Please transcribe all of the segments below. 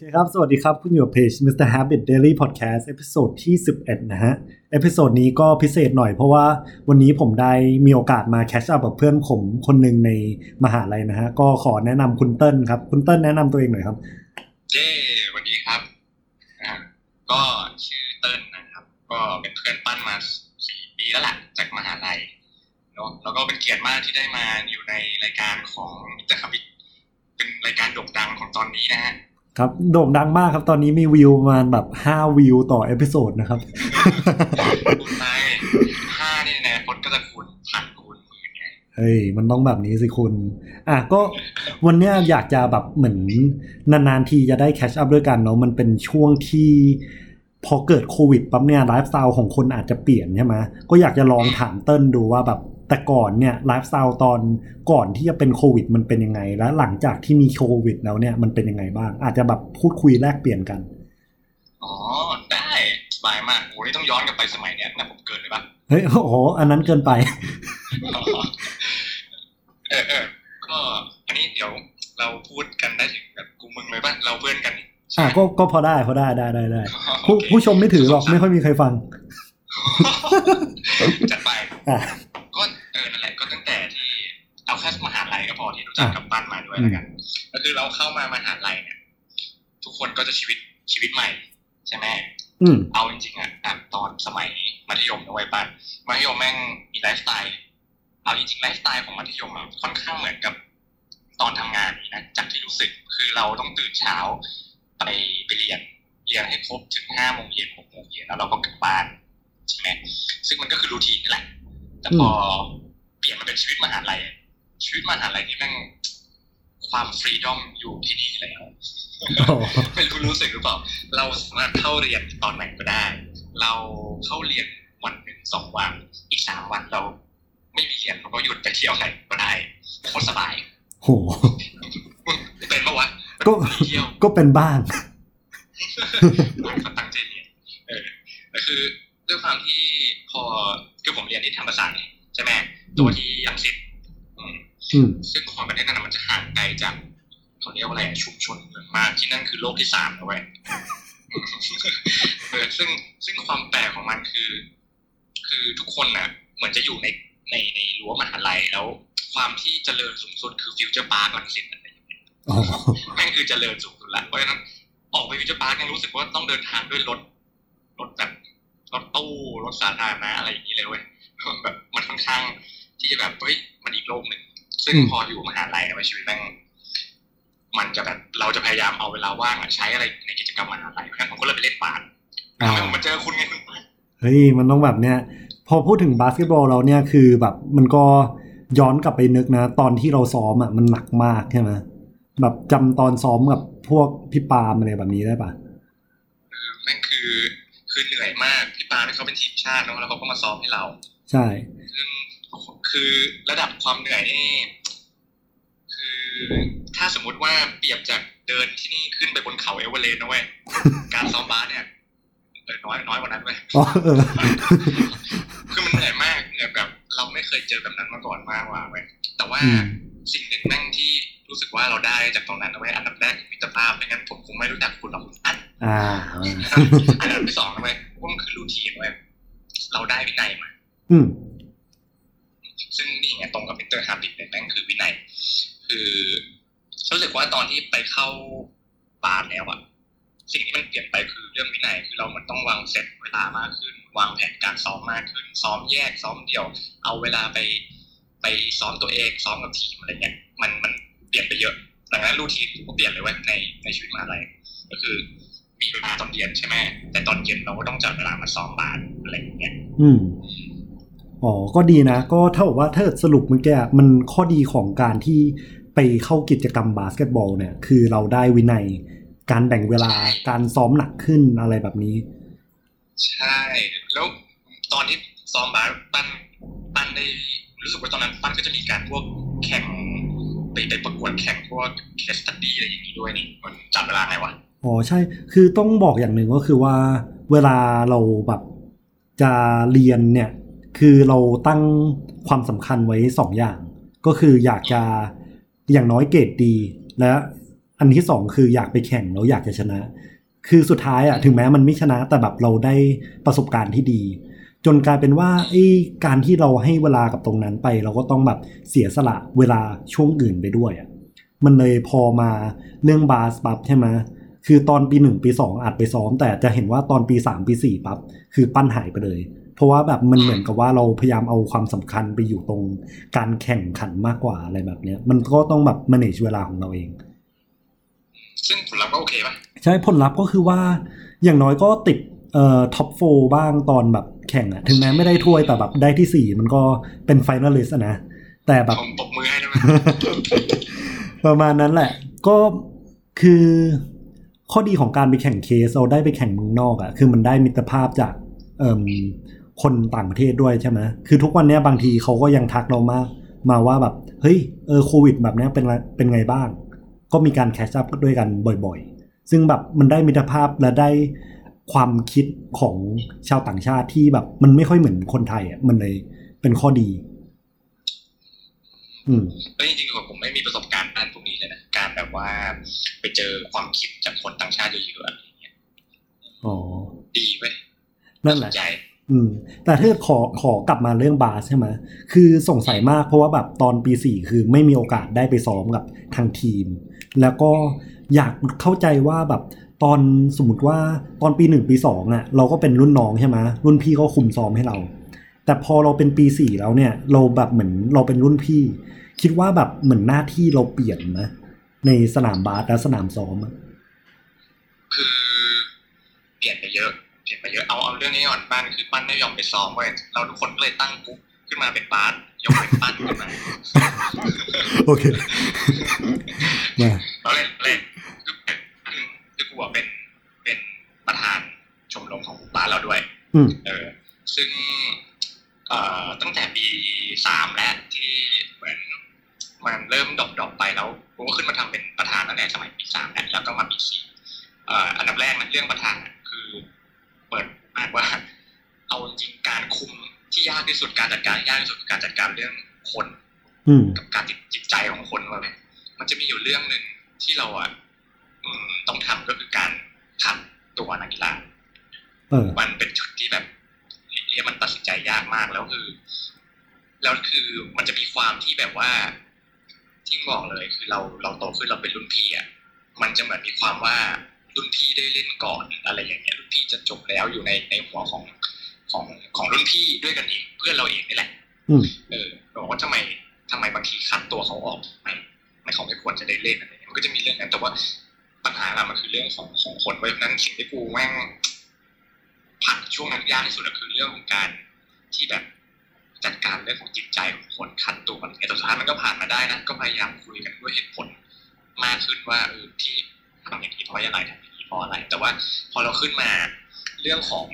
ครับสวัสดีครับคุณอยู่กับเพจ Mr. Habit Daily Podcast เอพิโซดที่11นะฮะเอพิโซดนี้ก็พิเศษหน่อยเพราะว่าวันนี้ผมได้มีโอกาสมาแคชอัพกับเพื่อนผมคนหนึ่งในมหาลัยนะฮะก็ขอแนะนำคุณเติ้ลครับคุณเติ้ลแนะนำตัวเองหน่อยครับเย้สวัสดีครับก็ชื่อเติ้ลนะครับก็เป็นเพื่อนปั้นมา4 ปีแล้วล่ะจากมหาลัยเนาะแล้วก็เป็นเกียรติมากที่ได้มาอยู่ในรายการของมิสเตอร์ฮับบิทเป็นรายการโด่งดังของตอนนี้นะฮะครับโด่งดังมากครับตอนนี้มีวิวประมาณแบบ5วิวต่อเอพิโซดนะครับคูณไป5นี่นะคนก็จะคูณพันคูณหมื่นไงเฮ้ยมันต้องแบบนี้สิคุณก็วันเนี้ยอยากจะแบบเหมือนนานๆทีจะได้แคชอัพด้วยกันเนาะมันเป็นช่วงที่พอเกิดโควิดปั๊บเนี่ยไลฟ์สไตล์ของคนอาจจะเปลี่ยนใช่ไหมก็อยากจะลองถามเติ้ลดูว่าแบบแต่ก่อนเนี่ยไลฟ์สไตล์ตอนก่อนที่จะเป็นโควิดมันเป็นยังไงแล้วหลังจากที่มีโควิดแล้วเนี่ยมันเป็นยังไงบ้างอาจจะแบบพูดคุยแลกเปลี่ยนกันอ๋อได้สบายมากโอ้นี่ต้องย้อนกลับไปสมัยเนี้ยนะผมเกิดเลยปะเฮ้ยโอ้โหอันนั้นเกินไปก็อันนี้เดี๋ยวเราพูดกันได้ถึงแบบกูมึงเลยป่ะเราเพื่อนกันก็พอได้ผู้ชมไม่ถือหรอกไม่ค่อยมีใครฟังจัดไปก็นั่นแหละก็ตั้งแต่ที่เอาแค่มหาลัยก็พอที่รู้จักกับปั้นมาด้วยแล้วกันก็คือเราเข้ามามหาลัยเนี่ยทุกคนก็จะชีวิตใหม่ใช่ไหมเอาจริงๆอ่ะตอนสมัยมัธยมนะเว้ยปั้นมัธยมแม่งมีไลฟ์สไตล์เอาจริงๆไลฟ์สไตล์ของมัธยมค่อนข้างเหมือนกับตอนทำงานนะจากที่รู้สึกคือเราต้องตื่นเช้าไปเรียนให้ครบถึง5 โมงเย็น6 โมงเย็นแล้วเราก็กลับบ้านใช่ไหมซึ่งมันก็คือรูทีนนี่แหละแต่พอเปลี่ยนมาเป็นชีวิตมหาลัยนี่แม่งความฟรีดอมอยู่ที่นี่แล้วไม่รู้สึกหรือเปล่าเราสามารถเข้าเรียนตอนไหนก็ได้เราเข้าเรียนวันหนึ่ง2 วันอีก3 วันเราไม่มีเรียนเราก็หยุดไปเที่ยวไหนก็ได้โคตรสบายโหเป็นปะวะก็เป็นบ้างเขาตั้งใจเรียนก็คือด้วยความที่พอคือผมเรียนที่ธรรมศาสตร์ใช่ไหมตัวที่รังสิตซึ่งความประเทศนั้นมันจะห่างไกลจากเขาเรียกว่าอะไรชุมชนเมืองมากที่นั่นคือโลกที่3นะเว้ยซึ่งความแปลกของมันคือทุกคนน่ะเหมือนจะอยู่ในรั้วมหาลัยแล้วความที่เจริญสูงสุดคือฟิวเจอร์พาร์ครังสิตนั่นเองแม่งคือเจริญสูงสุดละเพราะฉะนั้นออกไปฟิวเจอร์พาร์คยังรู้สึกว่าต้องเดินทางด้วยรถแบบรถตู้รถสาธารณะอะไรอย่างนี้เลยเว้ยแบบมันค่อนข้างที่จะแบบเฮ้ยมันอีกโลกหนึ่งซึ่งพออยู่มหาลัยในชีวิตแม่งมันจะแบบเราจะพยายามเอาเวลาว่างใช้อะไรในกิจกรรมมหาลัยเพราะฉะนั้นผมก็เลยไปเล่นบาสทำให้ผมมาเจอคุณไงคุณเฮ้ยมันต้องแบบเนี้ยพอพูดถึงบาสเกตบอลเราเนี่ยคือแบบมันก็ย้อนกลับไปนึกนะตอนที่เราซ้อมมันหนักมากใช่ไหมแบบจำตอนซ้อมกับพวกพี่ปาล์มอะไรแบบนี้ได้ปะแม่งคือเหนื่อยมากพี่ปาล์มเขาเป็นทีมชาติแล้วเขาก็มาซ้อมให้เราใช่คือระดับความเหนื่อยนี่คือถ้าสมมุติว่าเปรียบจากเดินที่นี่ขึ้นไปบนเขาเอเวอเรสต์นะเว้ยการซ้อมบาสเนี่ยน้อยกว่านั้นเว้ยคือมันเหนื่อยมากเหนื่อยแบบเราไม่เคยเจอแบบนั้นมาก่อนมากว่าเว้ยแต่ว่าสิ่งหนึ่งแม่งที่รู้สึกว่าเราได้จากตรงนั้นนะเว้ยอันดับแรกมิตรภาพไม่งั้นผมคงไม่รู้จักคุณหรอกอันดับที่2นะเว้ยว่ามันคือรูทีนเว้ยเราได้วินัยมาซึ่งนี่ไงตรงกับมิสเตอร์ฮาร์บิทเลยแม่งคือวินัยคือรู้สึกว่าตอนที่ไปเข้าบาสแล้วอะสิ่งที่มันเปลี่ยนไปคือเรื่องวินัยคือเรามันต้องวางเซตเวลามากขึ้นวางแผนการซ้อมมากขึ้นซ้อมแยกซ้อมเดี่ยวเอาเวลาไปซ้อมตัวเองซ้อมกับทีมอะไรเงี้ยมันเปลี่ยนไปเยอะดังนั้นรูทีนก็เปลี่ยนเลยเว้ยในชีวิตมหาลัยก็คือมีเวลาตอนเย็นใช่ไหมแต่ตอนเย็นเราก็ต้องจัดเวลามาซ้อมบาสอะไรอย่างเงี้ยก็ดีนะก็เท่ากับว่าถ้าสรุปเมื่อกี้มันข้อดีของการที่ไปเข้ากิจกรรมบาสเกตบอลเนี่ยคือเราได้วินัยการแบ่งเวลาการซ้อมหนักขึ้นอะไรแบบนี้ใช่แล้วตอนที่ซ้อมบาสปั้นได้รู้สึกว่าตอนนั้นปั้นก็จะมีการพวกแข่งไปประกวดแข่งพวกเคสสตัดดี้อะไรอย่างนี้ด้วยนี่มันจับเวลาไงวะใช่คือต้องบอกอย่างหนึ่งก็คือว่าเวลาเราแบบจะเรียนเนี่ยคือเราตั้งความสำคัญไว้2 อย่างก็คืออยากจะอย่างน้อยเกรดดีและอันที่สองคืออยากไปแข่งแล้วอยากจะชนะ คือสุดท้ายอ่ะถึงแม้มันไม่ชนะแต่แบบเราได้ประสบการณ์ที่ดี จนกลายเป็นว่าการที่เราให้เวลากับตรงนั้นไปเราก็ต้องแบบเสียสละเวลาช่วงอื่นไปด้วยอ่ะมันเลยพอมาเรื่องบาสปั๊บใช่ไหมคือตอนปี1ปี2อาจไปซ้อมแต่จะเห็นว่าตอนปี3ปี4ปั๊บคือปั้นหายไปเลยเพราะว่าแบบมันเหมือนกับว่าเราพยายามเอาความสำคัญไปอยู่ตรงการแข่งขันมากกว่าอะไรแบบเนี้ยมันก็ต้องแบบ manage เวลาของเราเองซึ่งผลลัพธ์ก็โอเคป่ะใช่ผลลัพธ์ก็คือว่าอย่างน้อยก็ติดท็อป4บ้างตอนแบบแข่งอะถึงแม้ไม่ได้ถ้วยแต่แบบได้ที่4มันก็เป็นไฟนอลลิสต์นะแต่แบบผมตบมือให้ได้ไหมประมาณนั้นแหละก็คือข้อดีของการไปแข่งเคสเราได้ไปแข่งเมืองนอกอะคือมันได้มิตรภาพจากคนต่างประเทศด้วยใช่ไหมคือทุกวันนี้บางทีเขาก็ยังทักเรามาว่าแบบเฮ้ยโควิดแบบนี้เป็นไงบ้างก็มีการแคชอัพด้วยกันบ่อยๆซึ่งแบบมันได้มิตรภาพและได้ความคิดของชาวต่างชาติที่แบบมันไม่ค่อยเหมือนคนไทยอ่ะมันเลยเป็นข้อดีจริงๆผมไม่มีประสบการณ์ด้านพวกนี้เลยนะการแบบว่าไปเจอความคิดจากคนต่างชาติเยอะๆอะไรอย่างเงี้ยดีเว้ยนั่นแหละแต่ถ้าขอกลับมาเรื่องบาสใช่ไหมคือสงสัยมากเพราะว่าแบบตอนปี4คือไม่มีโอกาสได้ไปซ้อมกับทางทีมแล้วก็อยากเข้าใจว่าแบบตอนสมมติว่าตอนปี1ปี2อ่ะเราก็เป็นรุ่นน้องใช่ไหมรุ่นพี่ก็คุมซ้อมให้เราแต่พอเราเป็นปี4แล้วเนี่ยเราแบบเหมือนเราเป็นรุ่นพี่คิดว่าแบบเหมือนหน้าที่เราเปลี่ยนนะในสนามบาสและสนามซ้อมคือเปลี่ยนไปเยอะเอาเรื่องนี้ก่อนปั้นคือปั้นไม่ยอมไปซ้อมเว้ยเราทุกคนก็เลยตั้งกุ๊กขึ้นมาเป็นบาสยกเป็นปั้นขึ้นมาโอเคเราเล่นคือกูเป็นประธานชมรมของบาสเราด้วยซึ่งตั้งแต่ปี3แล้วที่เหมือนมันเริ่มดรอปไปแล้วกูก็ขึ้นมาทำเป็นประธานตั้งแต่สมัยปี3แล้วก็มาปี4อันดับแรกนะเรื่องประธานคือเปิดมากว่าเอาจริงการคุมที่ยากที่สุดการจัดการยากที่สุดการจัดการเรื่องคนกับการจิตใจของคนเลยมันจะมีอยู่เรื่องนึงที่เราต้องทำก็คือการคัดตัวนักกีฬามันเป็นจุดที่แบบมันตัดสินใจยากมากแล้วคือมันจะมีความที่แบบว่าที่บอกเลยคือเราโตขึ้นเราเป็นรุ่นพี่อ่ะมันจะเหมือนมีความว่ารุ่นพี่ได้เล่นก่อนอะไรอย่างเงี้ยรุ่นพี่จะจบแล้วอยู่ในหัวของรุ่นพี่ด้วยกันเองเพื่อนเราเองนี่แหละบอกว่าทำไมบางทีคัดตัวเขาออกไม่เขาไม่ควรจะได้เล่นอะไรเงี้ยมันก็จะมีเรื่องนั้นแต่ว่าปัญหาหลักมันคือเรื่องของคนเพราะฉะนั้นสิ่งที่กูแม่งผ่านช่วงนั้นยากที่สุดก็คือเรื่องของการที่แบบจัดการเรื่องของจิตใจของคนคัดตัวอะไรเงี้ยแต่สุดท้ายมันก็ผ่านมาได้นะก็พยายามคุยกันด้วยเหตุผลมากขึ้นว่าที่ทำอย่างนี้เพราะอะไรทำอย่างนี้เพราะอะไรแต่ว่าพอเราขึ้นมาเรื่องของ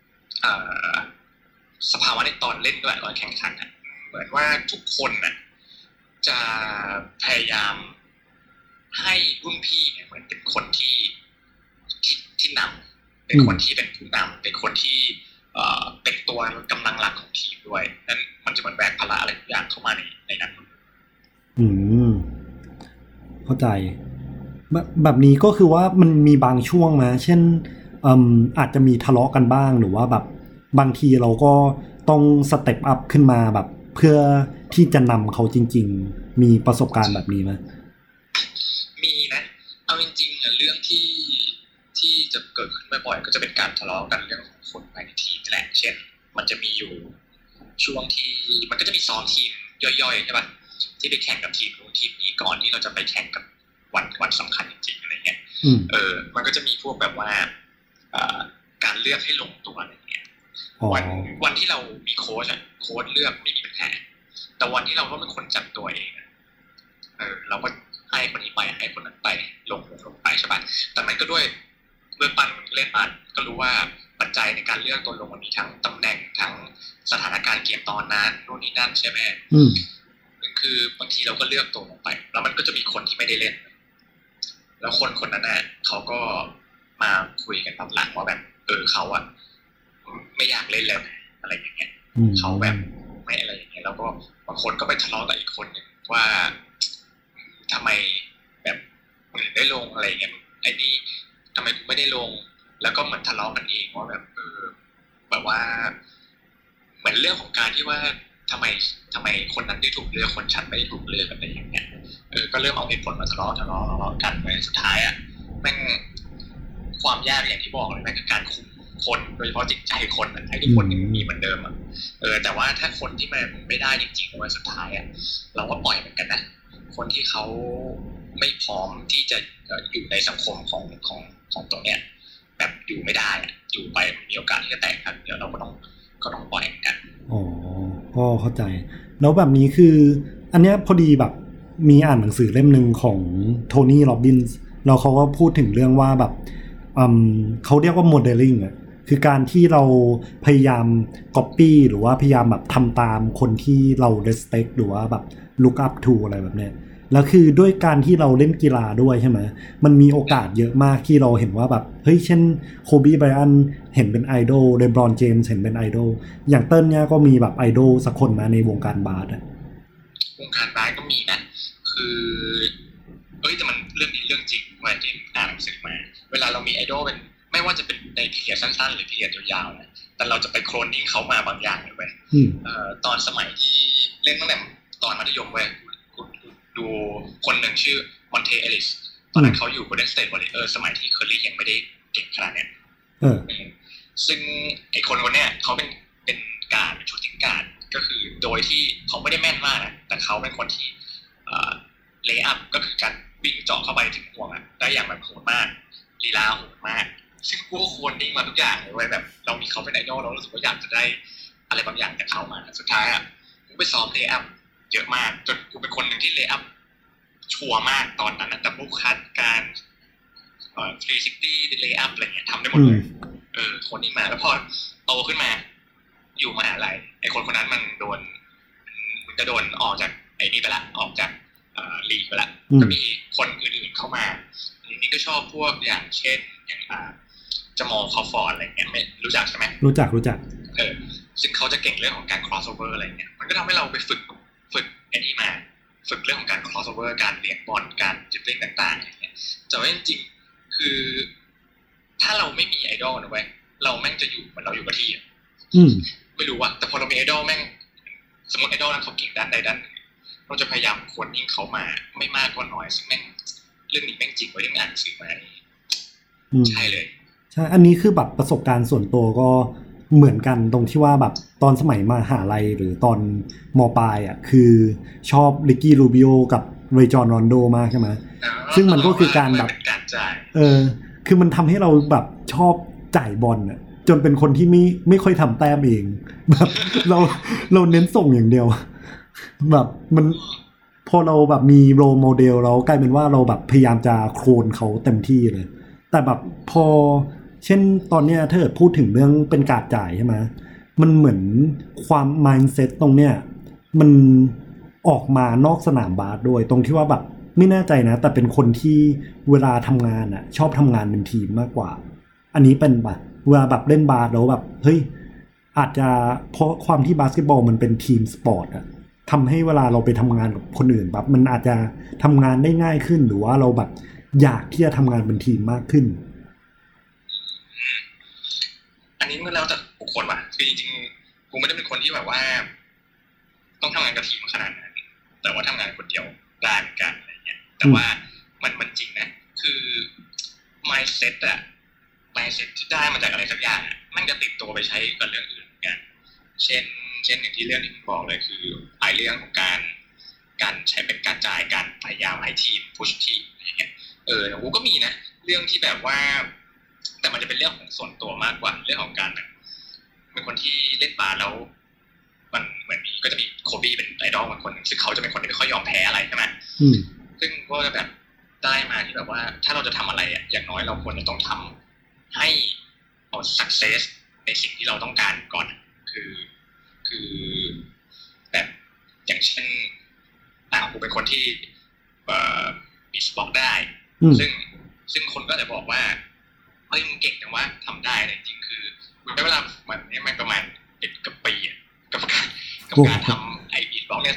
สภาวะในตอนเล่นด้วยตอนแข่งขันนะเหมือนว่าทุกคนน่ะจะพยายามให้รุ่นพี่เนี่ยเหมือนเป็นคนที่นำเป็นคนที่เป็นผู้นำเป็นคนที่เป็นตัวกำลังหลักของทีมด้วยนั้นมันจะเหมือนแบกภาระอะไรทุกอย่างเข้ามาในนั้นเข้าใจแบบนี้ก็คือว่ามันมีบางช่วงมาเช่นอาจจะมีทะเลาะกันบ้างหรือว่าแบบบางทีเราก็ต้องสเต็ปอัพขึ้นมาแบบเพื่อที่จะนำเขาจริงๆมีประสบการณ์แบบนี้ไหมมีนะเอาจริงๆเรื่องที่จะเกิดขึ้นบ่อยๆก็จะเป็นการทะเลาะกันเรื่องของคนภายในทีมแหละเช่นมันจะมีอยู่ช่วงที่มันก็จะมีซ้อมทีมย่อยๆใช่ป่ะที่ไปแข่งกับทีมนู้นทีมนี้ก่อนที่เราจะไปแข่งกับวันสำคัญจริงๆอะไรเงี้ยมันก็จะมีพวกแบบว่าการเลือกให้ลงตัวอะไรเงี้ยวันที่เรามีโค้ชเลือกไม่มีปัญหาแต่วันที่เราก็เป็นคนจัดตัวเองเราก็ให้คนนี้ไปให้คนนั้นไปลงไปใช่ป่ะแต่มันก็ด้วยเมื่อปันเล่นปันก็รู้ว่าปัจจัยในการเลือกตัวลงมันมีทั้งตำแหน่งทั้งสถานการณ์เกมตอนนั้นโน่นนี่นั่นใช่ไหมคือบางทีเราก็เลือกตัวลงไปแล้วมันก็จะมีคนที่ไม่ได้เล่นแล้วคนนั้นน่ะเขาก็มาคุยกันตอนหลังว่าแบบเขาอะไม่อยากเล่นแล้วอะไรอย่างเงี้ยเขาแบบไม่อะไรอย่างเงี้ยแล้วก็บางคนก็ไปทะเลาะกับอีกคนนึงว่าทำไมแบบมึงไปได้ลงอะไรเงี้ยไอ้นี่ทำไมกูไม่ได้ลงแล้วก็เหมือนทะเลาะกันเองว่าแบบแบบว่าเหมือนเรื่องของการที่ว่าทำไมคนนั้นได้ถูกเลือกคนฉันไม่ได้ถูกเลือกอะไรอย่างเงี้ยก็เริ่มเอาเหตุผลมาทะเลาะกันไปสุดท้ายอ่ะแม่งความยากอย่างที่บอกเลยแม่งคือการคุมคนโดยเฉพาะจิตใจคนให้ทุกคนยังมีเหมือนเดิมอ่ะแต่ว่าถ้าคนที่มันไม่ได้จริงๆวันสุดท้ายอ่ะเราก็ปล่อยเหมือนกันนะคนที่เขาไม่พร้อมที่จะอยู่ในสังคมของตรงเนี้ยแบบอยู่ไม่ได้อยู่ไปมีโอกาสที่จะแตกกันเดี๋ยวเราก็ต้องปล่อยเหมือนกันอ๋อก็เข้าใจแล้วแบบนี้คืออันเนี้ยพอดีแบบมีอ่านหนังสือเล่มนึงของโทนี่โรบินส์แล้วเขาก็พูดถึงเรื่องว่าแบบเขาเรียกว่าโมเดลลิ่งอ่ะคือการที่เราพยายาม copy หรือว่าพยายามแบบทำตามคนที่เรา respect หรือว่าแบบ look up to อะไรแบบเนี้ยแล้วคือด้วยการที่เราเล่นกีฬาด้วยใช่ไหมมันมีโอกาสเยอะมากที่เราเห็นว่าแบบเฮ้ยเช่นโคบีไบรอันเห็นเป็นไอดอลเดบรอนเจมส์เห็นเป็นไอดอลอย่างเติ้ลเนี่ยก็มีแบบไอดอลสักคนมาในวงการบาสอะวงการบาสก็มีนะคือแต่มันเรื่องนี้เรื่องจริงว่าจริงอ่านหนังสือมาเวลาเรามีไอดอลเป็นไม่ว่าจะเป็นในพีเรียดสั้นๆหรือพีเรียดยาวๆนะแต่เราจะไปโคลนนิ่งเขามาบางอย่างเลยเว้ยตอนสมัยที่เล่นตั้งแต่ตอนมัธยมเว้ยดูคนหนึ่งชื่อมอนเทเอลิสตอนนั้นเขาอยู่ Golden State Warriors สมัยที่เคอร์รี่ยังไม่ได้เก่งขนาดนี้ซึ่งไอ้คนเนี้ยเขาเป็นการเป็นชูตติ้งการ์ดก็คือโดยที่เขาไม่ได้แม่นมากนะแต่เขาเป็นคนที่เลย์อัพก็คือการวิ่งเจาะเข้าไปถึงห่วงได้อย่างแบบโหดมากลีลาโหดมากซึ่งกูควรนิ่งมาทุกอย่างเลยเว้ยแบบเรามีเขาเป็นไอดอลเรารู้สึกว่าอยากจะได้อะไรบางอย่างจากเขามาสุดท้ายกูไปซ้อมเลย์อัพเยอะมากจนกูเป็นคนหนึ่งที่เลย์อัพชัวร์มากตอนนั้นแต่พวกคัดการ360 เลย์อัพอะไรเงี้ยทำได้หมดเลยคนนี้มาแล้วพอโตขึ้นมาอยู่มหาลัยไอ้คนนั้นมันจะโดนออกจากไอ้นี่ไปละออกจากลีกไปละก็มีคนอื่นๆเข้ามานี่ก็ชอบพวกอย่างเช่นอย่างจมอลคอฟอร์ดอะไรเงี้ยไม่รู้จักใช่ไหมรู้จักซึ่งเขาจะเก่งเรื่องของการ crossover อะไรเงี้ยมันก็ทำให้เราไปฝึกไอ้นี่มาฝึกเรื่องของการ crossover การเลี้ยงบอลการจิบลิ่งต่างๆอะไรเงี้ยแต่ว่าจริงๆคือถ้าเราไม่มีไอดอลนะเว้ยเราแม่งจะอยู่เหมือนเราอยู่กับที่ไม่รู้ว่าแต่พอเรามีไอดอลแม่งสมมติไอดอลนั้นเขาเก่งด้านใดด้านหนึ่งเราจะพยายามควรยิ่งเขามาไม่มากก็น้อยซึ่งแม่งเรื่องนี้แม่งจริงไว้ที่อ่านสื่อมาใช่เลยใช่อันนี้คือแบบประสบการณ์ส่วนตัวก็เหมือนกันตรงที่ว่าแบบตอนสมัยมหาลัยหรือตอนม.ปลายคือชอบริกกี้รูบิโอกับเรย์จอห์น รอนโดมากใช่ไหมซึ่งมันก็คือการแบบคือมันทำให้เราแบบชอบจ่ายบอลจนเป็นคนที่ไม่ค่อยทำแต้มเองแบบเราเน้นส่งอย่างเดียวแบบมันพอเราแบบมีโรลโมเดลเรากลายเป็นว่าเราแบบพยายามจะโคลนเขาเต็มที่เลยแต่แบบพอเช่นตอนเนี้ยถ้าเกิดพูดถึงเรื่องเป็นการจ่ายใช่ไหมมันเหมือนความ mindset ตรงเนี้ยมันออกมานอกสนามบาสด้วยตรงที่ว่าแบบไม่แน่ใจนะแต่เป็นคนที่เวลาทำงานชอบทำงานเป็นทีมมากกว่าอันนี้เป็นแบบเวลาแบบเล่นบาสแล้วแบบเฮ้ยอาจจะเพราะความที่บาสเกตบอลมันเป็นทีมสปอร์ตทำให้เวลาเราไปทำงานกับคนอื่นแบบมันอาจจะทำงานได้ง่ายขึ้นหรือว่าเราแบบอยากที่จะทำงานเป็นทีมมากขึ้นอันนี้มันแล้วแต่บุคคลว่ะคือจริงๆกูไม่ได้เป็นคนที่แบบว่าต้องทำงานกับทีมขนาดนั้นแต่ว่าทำงานคนเดียวได้เหมือนกันอะไรเงี้ยแต่ว่ามันจริงนะคือ mindset mindset ที่ได้มาจากอะไรสักอย่างมันจะติดตัวไปใช้กับเรื่องอื่นกันเช่นอย่างที่เรื่องที่ผมบอกเลยคือไอ้เรื่องของการใช้เป็นการจ่ายการพยายามให้ทีมพุชทีมอะไรเงี้ยกูก็มีนะเรื่องที่แบบว่าแต่มันจะเป็นเรื่องของส่วนตัวมากกว่าเรื่องของการเป็นคนที่เล่นบาสแล้วมันเหมือนมีก็จะมีโคบี้เป็นไอดอลบางคนซึ่งเขาจะเป็นคนที่ไม่ค่อยยอมแพ้อะไรใช่ไหมซึ่งก็จะแบบได้มาที่แบบว่าถ้าเราจะทำอะไรอย่างน้อยเราควรจะต้องทำให้เอา success ในสิ่งที่เราต้องการก่อนคือแบบอย่างเช่นกูเป็นคนที่มีสปอร์ตได้ซึ่งคนก็จะบอกว่าเฮ้ยมึงเก่งจังว่าทำได้แต่จริงคือเวลามันประมาณ1 กับปีกับการทำไอ้บีทบล็อกเนี่ยโดย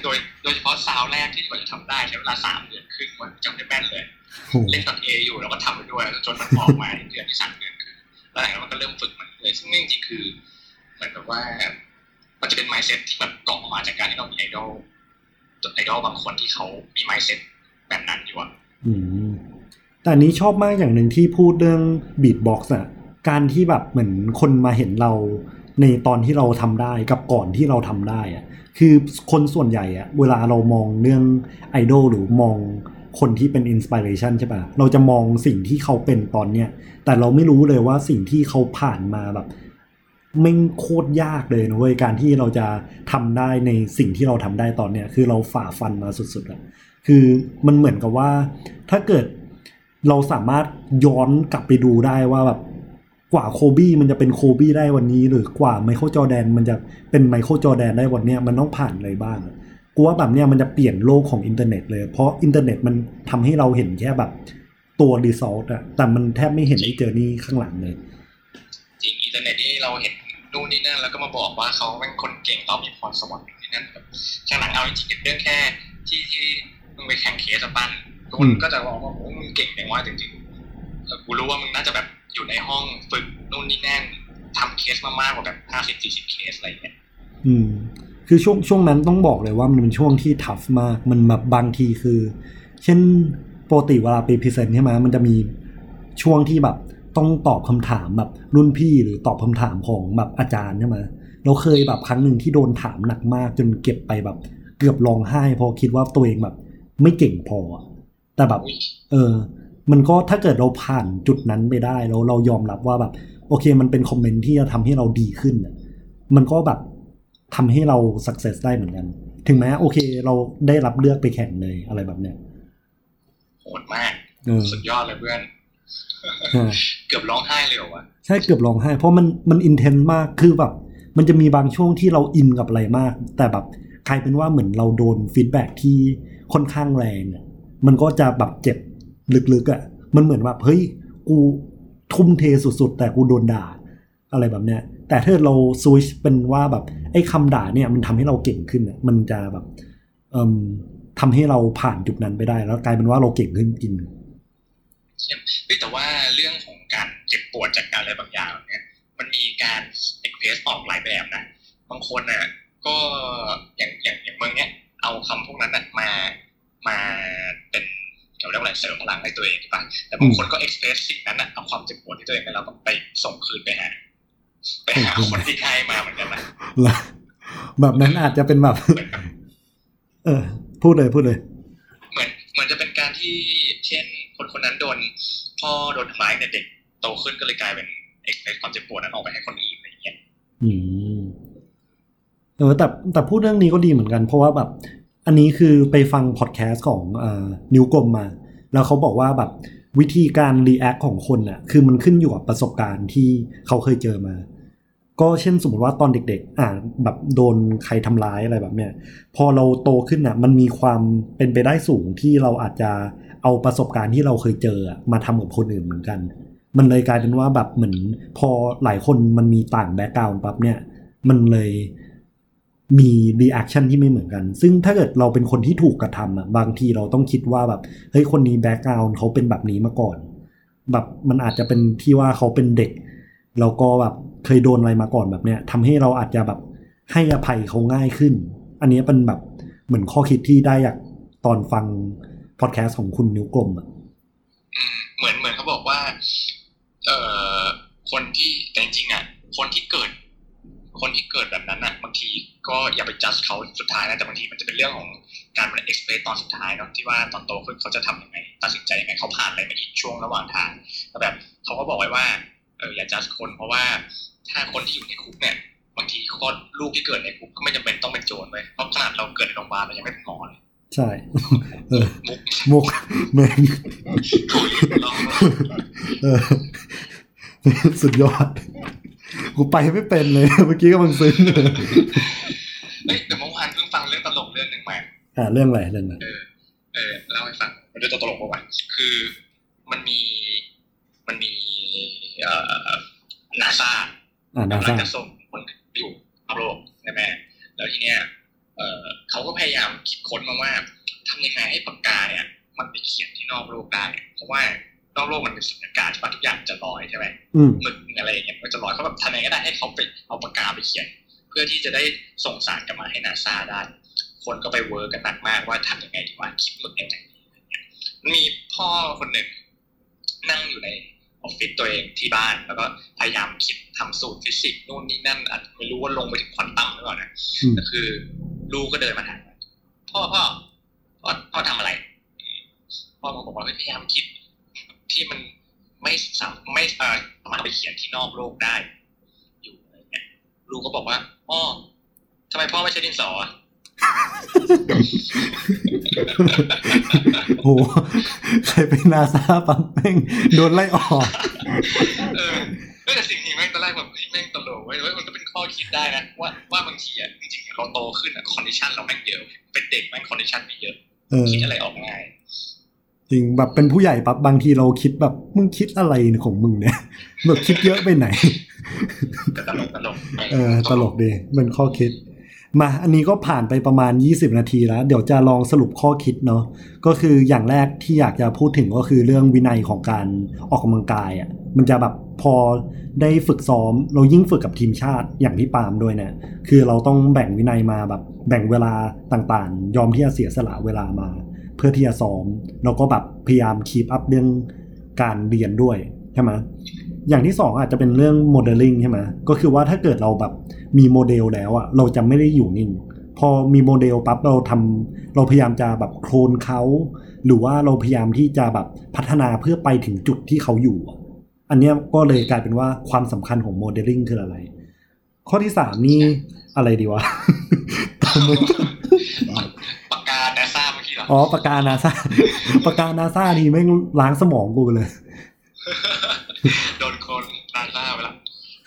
ยเฉพาะซาวแรกที่กว่าจะทำได้ใช้เวลา3 เดือนครึ่งกว่าจำได้แม่นเลยเล่น.A อยู่แล้วก็ทำไปด้วยจนมันออกมาในเดือนที่3 เดือนครึ่งแล้วหลังจากนั้นมันก็เริ่มฝึกมันเลยซึ่งจริงๆคือเหมือนกับว่ามันจะเป็น mindset ที่แบบเกาะมาจากการที่เรามีไอดอลบางคนที่เขามี mindset แบบนั้นอยู่แต่อันนี้ชอบมากอย่างหนึ่งที่พูดเรื่องบีทบ็อกซ์อ่ะการที่แบบเหมือนคนมาเห็นเราในตอนที่เราทำได้กับก่อนที่เราทำได้อ่ะคือคนส่วนใหญ่อ่ะเวลาเรามองเรื่องไอดอลหรือมองคนที่เป็นอินสปิเรชันใช่ป่ะเราจะมองสิ่งที่เขาเป็นตอนเนี้ยแต่เราไม่รู้เลยว่าสิ่งที่เขาผ่านมาแบบไม่โคตรยากเลยนะเว้ยการที่เราจะทำได้ในสิ่งที่เราทำได้ตอนเนี้ยคือเราฝ่าฟันมาสุดๆอ่ะคือมันเหมือนกับว่าถ้าเกิดเราสามารถย้อนกลับไปดูได้ว่าแบบกว่าโคบี้มันจะเป็นโคบี้ได้วันนี้หรือกว่าไมเคิลจอร์แดนมันจะเป็นไมเคิลจอร์แดนได้วันนี้มันต้องผ่านอะไรบ้างกูว่าแบบเนี้ยมันจะเปลี่ยนโลกของอินเทอร์เน็ตเลยเพราะอินเทอร์เน็ตมันทำให้เราเห็นแค่แบบตัวรีซอสอะแต่มันแทบไม่เห็นไอ้เจอร์นี่ข้างหลังเลยจริงอินเทอร์เน็ตนี่เราเห็นนู่นนี่นั่นแล้วก็มาบอกว่าเขาเป็นคนเก่งเรามีพรสวรรค์นี่นั่นแบบข้างหลังเอาจริงๆเรื่องแค่ที่มึงไปแข่งเคสปั้นทุกคนก็จะบอกว่าโอ้มึงเก่งแต่ว่าจริงๆกูรู้ว่ามึงน่าจะแบบอยู่ในห้องฝึกนู่นนี่นั่นทำเคสมามากกว่าแบบ50-40เคสอะไรอย่างเงี้ยคือช่วงนั้นต้องบอกเลยว่ามันเป็นช่วงที่ทัฟมากมันแบบบางทีคือเช่นปกติเวลาไปพรีเซนต์ใช่ไหมมันจะมีช่วงที่แบบต้องตอบคำถามแบบรุ่นพี่หรือตอบคำถามของแบบอาจารย์ใช่ไหมเราเคยแบบครั้งหนึ่งที่โดนถามหนักมากจนเก็บไปแบบเกือบร้องไห้เพราะคิดว่าตัวเองแบบไม่เก่งพอแต่แบบมันก็ถ้าเกิดเราผ่านจุดนั้นไปได้แล้วเรายอมรับว่าแบบโอเคมันเป็นคอมเมนต์ที่จะทำให้เราดีขึ้นมันก็แบบทำให้เราสักเซสได้เหมือนกันถึงแม้โอเคเราได้รับเลือกไปแข่งเลยอะไรแบบเนี้ยโหดมากสุดยอดเลยเพื่อนเกือบร้องไห้เลยเหรอวะใช่เกือบร้องไห้เพราะมันอินเทนส์มากคือแบบมันจะมีบางช่วงที่เราอินกับอะไรมากแต่แบบกลายเป็นว่าเหมือนเราโดนฟีดแบ็กที่ค่อนข้างแรงมันก็จะแบบเจ็บลึกๆมันเหมือนแบบเฮ้ยกูทุ่มเทสุดๆแต่กูโดนด่าอะไรแบบเนี้ยแต่ถ้าเราสวิชเป็นว่าแบบไอ้คำด่าเนี่ยมันทำให้เราเก่งขึ้นมันจะแบบทำให้เราผ่านจุดนั้นไปได้แล้วกลายเป็นว่าเราเก่งขึ้นจริงแต่ว่าเรื่องของการเจ็บปวดจากการอะไรบางอย่างเนี่ยมันมีการเอ็กเพรสออกหลายแบบนะบางคนน่ะก็อย่างเมืองเนี้ยเอาคำพวกนั้นน่ะมาเป็นเราเรียกว่าอะไรเสริมพลังในตัวเองใช่ปะแต่บางคนก็เอ็กเพรสสิ่งนั้นน่ะเอาความเจ็บปวดที่ตัวเองไปแล้วไปส่งคืนไปหาคนที่ให้มาเหมือนกันนะแบบนั้นอาจจะเป็นแบบพูดเลยเหมือนจะเป็นการที่เช่นคนนั้นโดนพ่อโดนทำร้ายในเด็กโตขึ้นก็เลยกลายเป็นเอ็กเพรสความเจ็บปวดนั้นออกไปให้คนอื่นอะไรอย่างเงี้ยแต่พูดเรื่องนี้ก็ดีเหมือนกันเพราะว่าแบบอันนี้คือไปฟังพอดแคสต์ของนิ้วกลมมาแล้วเขาบอกว่าแบบวิธีการรีแอคของคนน่ะคือมันขึ้นอยู่กับประสบการณ์ที่เขาเคยเจอมาก็เช่นสมมติว่าตอนเด็กๆแบบโดนใครทำร้ายอะไรแบบเนี้ยพอเราโตขึ้นน่ะมันมีความเป็นไปได้สูงที่เราอาจจะเอาประสบการณ์ที่เราเคยเจอมาทำกับคนอื่นเหมือนกันมันเลยกลายเป็นว่าแบบเหมือนพอหลายคนมันมีต่างแบ็คกราวด์ปั๊บเนี่ยมันเลยมีรีแอคชั่นที่ไม่เหมือนกันซึ่งถ้าเกิดเราเป็นคนที่ถูกกระทำบางทีเราต้องคิดว่าแบบเฮ้ยคนนี้แบ็คกราวด์เขาเป็นแบบนี้มาก่อนแบบมันอาจจะเป็นที่ว่าเขาเป็นเด็กแล้วก็แบบเคยโดนอะไรมาก่อนแบบเนี้ยทำให้เราอาจจะแบบให้อภัยเขาง่ายขึ้นอันนี้เป็นแบบเหมือนข้อคิดที่ได้จากตอนฟังพอดแคสต์ของคุณนิ้วกลมเหมือนเขาบอกว่าคนที่แต่จริงๆคนที่เกิดแบบนั้นบางทีก็อย่าไปจัดเขาสุดท้ายนะแต่บางทีมันจะเป็นเรื่องของการมันเอ็กซ์เพรสตอนสุดท้ายเนาะที่ว่าตอนโตขึ้นเขาจะทำยังไงตัดสินใจยังไงเขาผ่านอะไรมาอีกช่วงระหว่างทางแบบเขาก็บอกไว้ว่าอย่าจัดคนเพราะว่าถ้าคนที่อยู่ในคุกเนี่ยบางทีก็ลูกที่เกิดในคุกก็ไม่จำเป็นต้องเป็นโจรเลยเพราะขนาดเราเกิดในโรงพยาบาลเรายังไม่เป็นหมอเลยใช่มุกแม่งสุดยอดกูไปไม่เป็นเลยเมื่อกี้ก็มันซึ้งแต่เมื่อวานเพิ่งฟังเรื่องตลกเรื่องนึงมาเรื่องอะไรเล่าให้ฟังมันด้วยตัวตลกเมื่อวานคือมันมีนาซาจะส่งคนอยู่รอบโลกใช่ไหมแล้วทีเนี้ยเขาก็พยายามคิดค้นมาว่าทำยังไงให้ปากกาเนี่ยมันไปเขียนที่นอกโลกได้เพราะว่านอกโลกมันเป็นสุญญากาศใช่ปะทุกอย่างจะลอยใช่ไหมหมึกอะไรอย่างเงี้ยมันจะลอยเขาแบบทำยังไงก็ได้ให้เขาไปเอาปากกาไปเขียนเพื่อที่จะได้ส่งสารกลับมาให้นาซาได้คนก็ไปเวิร์กกันหนักมากว่าทำยังไงดีว่าคิดหมึกยังไงมีพ่อคนหนึ่งนั่งอยู่ในออฟฟิศตัวเองที่บ้านแล้วก็พยายามคิดทำสูตรฟิสิกส์นู่นนี่นั่นไม่รู้ว่าลงไปถึงควอนตัมหรือเปล่านะก็คือลูกก็เดินมาถามพ่อทำอะไรพ่อบอกว่าพยายามคิดที่มันไม่สามารถไปเขียนที่นอกโลกได้อยู่อะไรเงี้ยลูกก็บอกว่าทำไมพ่อไม่ใช้ดินสอโหใครไปนาซาปั๊บแม่งโดนไล่ออกแต่สิ่งนี้แม่งตอนแรกแบบแม่งตลกเว้ยมันก็เป็นข้อคิดได้นะว่าบางทีจริงๆเราโตขึ้นคอนดิชันเราแม่งเยอะเป็นเด็กแม่งคอนดิชันไม่เยอะคิดอะไรออกง่ายจริงแบบเป็นผู้ใหญ่ปั๊บบางทีเราคิดแบบมึงคิดอะไรของมึงเนี่ยแบบคิดเยอะไปไหนตลกตลกดีเป็นข้อคิดมาอันนี้ก็ผ่านไปประมาณ20นาทีแล้วเดี๋ยวจะลองสรุปข้อคิดเนาะก็คืออย่างแรกที่อยากจะพูดถึงก็คือเรื่องวินัยของการออกกำลังกายอ่ะมันจะแบบพอได้ฝึกซ้อมเรายิ่งฝึกกับทีมชาติอย่างพี่ปาล์มด้วยเนี่ยคือเราต้องแบ่งวินัยมาแบบแบ่งเวลาต่างๆยอมที่จะเสียสละเวลามาเพื่อที่จะซ้อมแล้วก็แบบพยายามคีปอัพเรื่องการเรียนด้วยใช่ไหมอย่างที่2อาจจะเป็นเรื่องโมเดลลิ่งใช่ไหมก็คือว่าถ้าเกิดเราแบบมีโมเดลแล้วอ่ะเราจะไม่ได้อยู่นิ่งพอมีโมเดลปั๊บเราพยายามจะแบบโคลนเขาหรือว่าเราพยายามที่จะแบบพัฒนาเพื่อไปถึงจุดที่เขาอยู่อันนี้ก็เลยกลายเป็นว่าความสำคัญของโมเดลลิ่งคืออะไรข้อที่3นี่อะไรดีวะปากกานาซาเมื่อกี้เหรอปากกานาซานี่แม่งล้างสมองกูเลยโดนคนนาซาไปแล้ว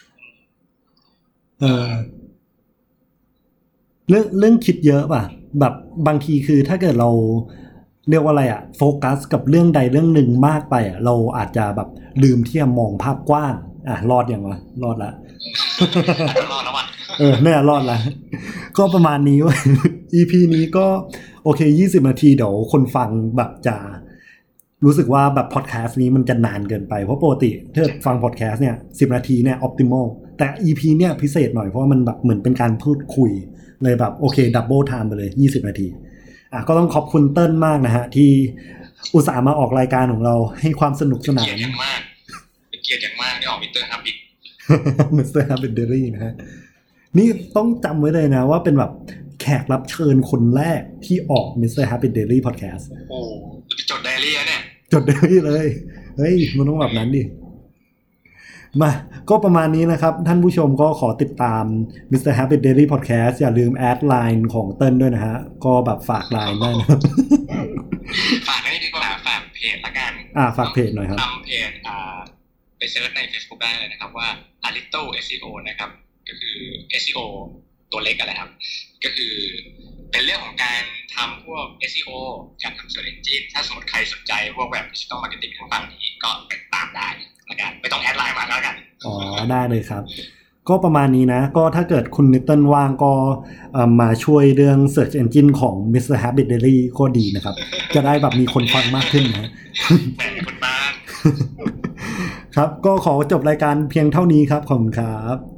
เรื่องคิดเยอะป่ะแบบบางทีคือถ้าเกิดเราเรียกว่าอะไรอ่ะโฟกัสกับเรื่องใดเรื่องหนึ่งมากไปอ่ะเราอาจจะแบบลืมที่จะมองภาพกว้างรอดอย่างวะรอดละรอดแล้วว่ะเนี่ยรอดละก็ประมาณนี้เว้ย EP นี้ก็โอเค20นาทีเดี๋ยวคนฟังแบบจะรู้สึกว่าแบบพอดแคสต์นี้มันจะนานเกินไปเพราะปกติถ้าฟังพอดแคสต์เนี่ย10นาทีเนี่ยออพติมอลแต่ EP เนี่ยพิเศษหน่อยเพราะมันแบบเหมือนเป็นการพูดคุยเลยแบบโอเคดับเบิลไทม์ไปเลย20นาทีก็ต้องขอบคุณเติ้ลมากนะฮะที่อุตส่าห์มาออกรายการของเราให้ความสนุกสนานเป็นเกียรติอย่างมากที่ออกมิสเตอร์ฮับบิทมิสเตอร์ฮับบิทเดลี่นะฮะนี่ต้องจำไว้เลยนะว่าเป็นแบบแขกรับเชิญคนแรกที่ออก Mr. Happy Daily Podcast โอ้จดไดอารี่เนี่ยจดไดอารี่เลยเฮ้ยมันต้องแบบนั้นดิมาก็ประมาณนี้นะครับท่านผู้ชมก็ขอติดตาม Mr. Happy Daily Podcast อย่าลืมแอดไลน์ของเติ้ลด้วยนะฮะก็แบบฝากไลน์ได้นะฝากได้ดีกว่าฝากเพจละกันฝากเพจหน่อยครับทำเพจไปเซิร์ชใน Facebook ได้เลยนะครับว่า Little SEO นะครับก็คือ SEO ตัวเล็กอะไรครับก็คือเป็นเรื่องของการทำพวก SEO การทำ Search Engine ถ้าสมมติใครสนใจพวกแบบ Digital Marketing ทางฝั่งนี้ก็ไปตามได้ละกันไม่ต้องแอดไลน์มาแล้วกันได้เลยครับก็ประมาณนี้นะก็ถ้าเกิดคุณนิตเติ้ลว่างก็มาช่วยเรื่อง Search Engine ของ Mr. Happy Daily ก็ดีนะครับจะได้แบบมีคนฟังมากขึ้นนะแหมคนบ้านครับก็ขอจบรายการเพียงเท่านี้ครับขอบคุณครับ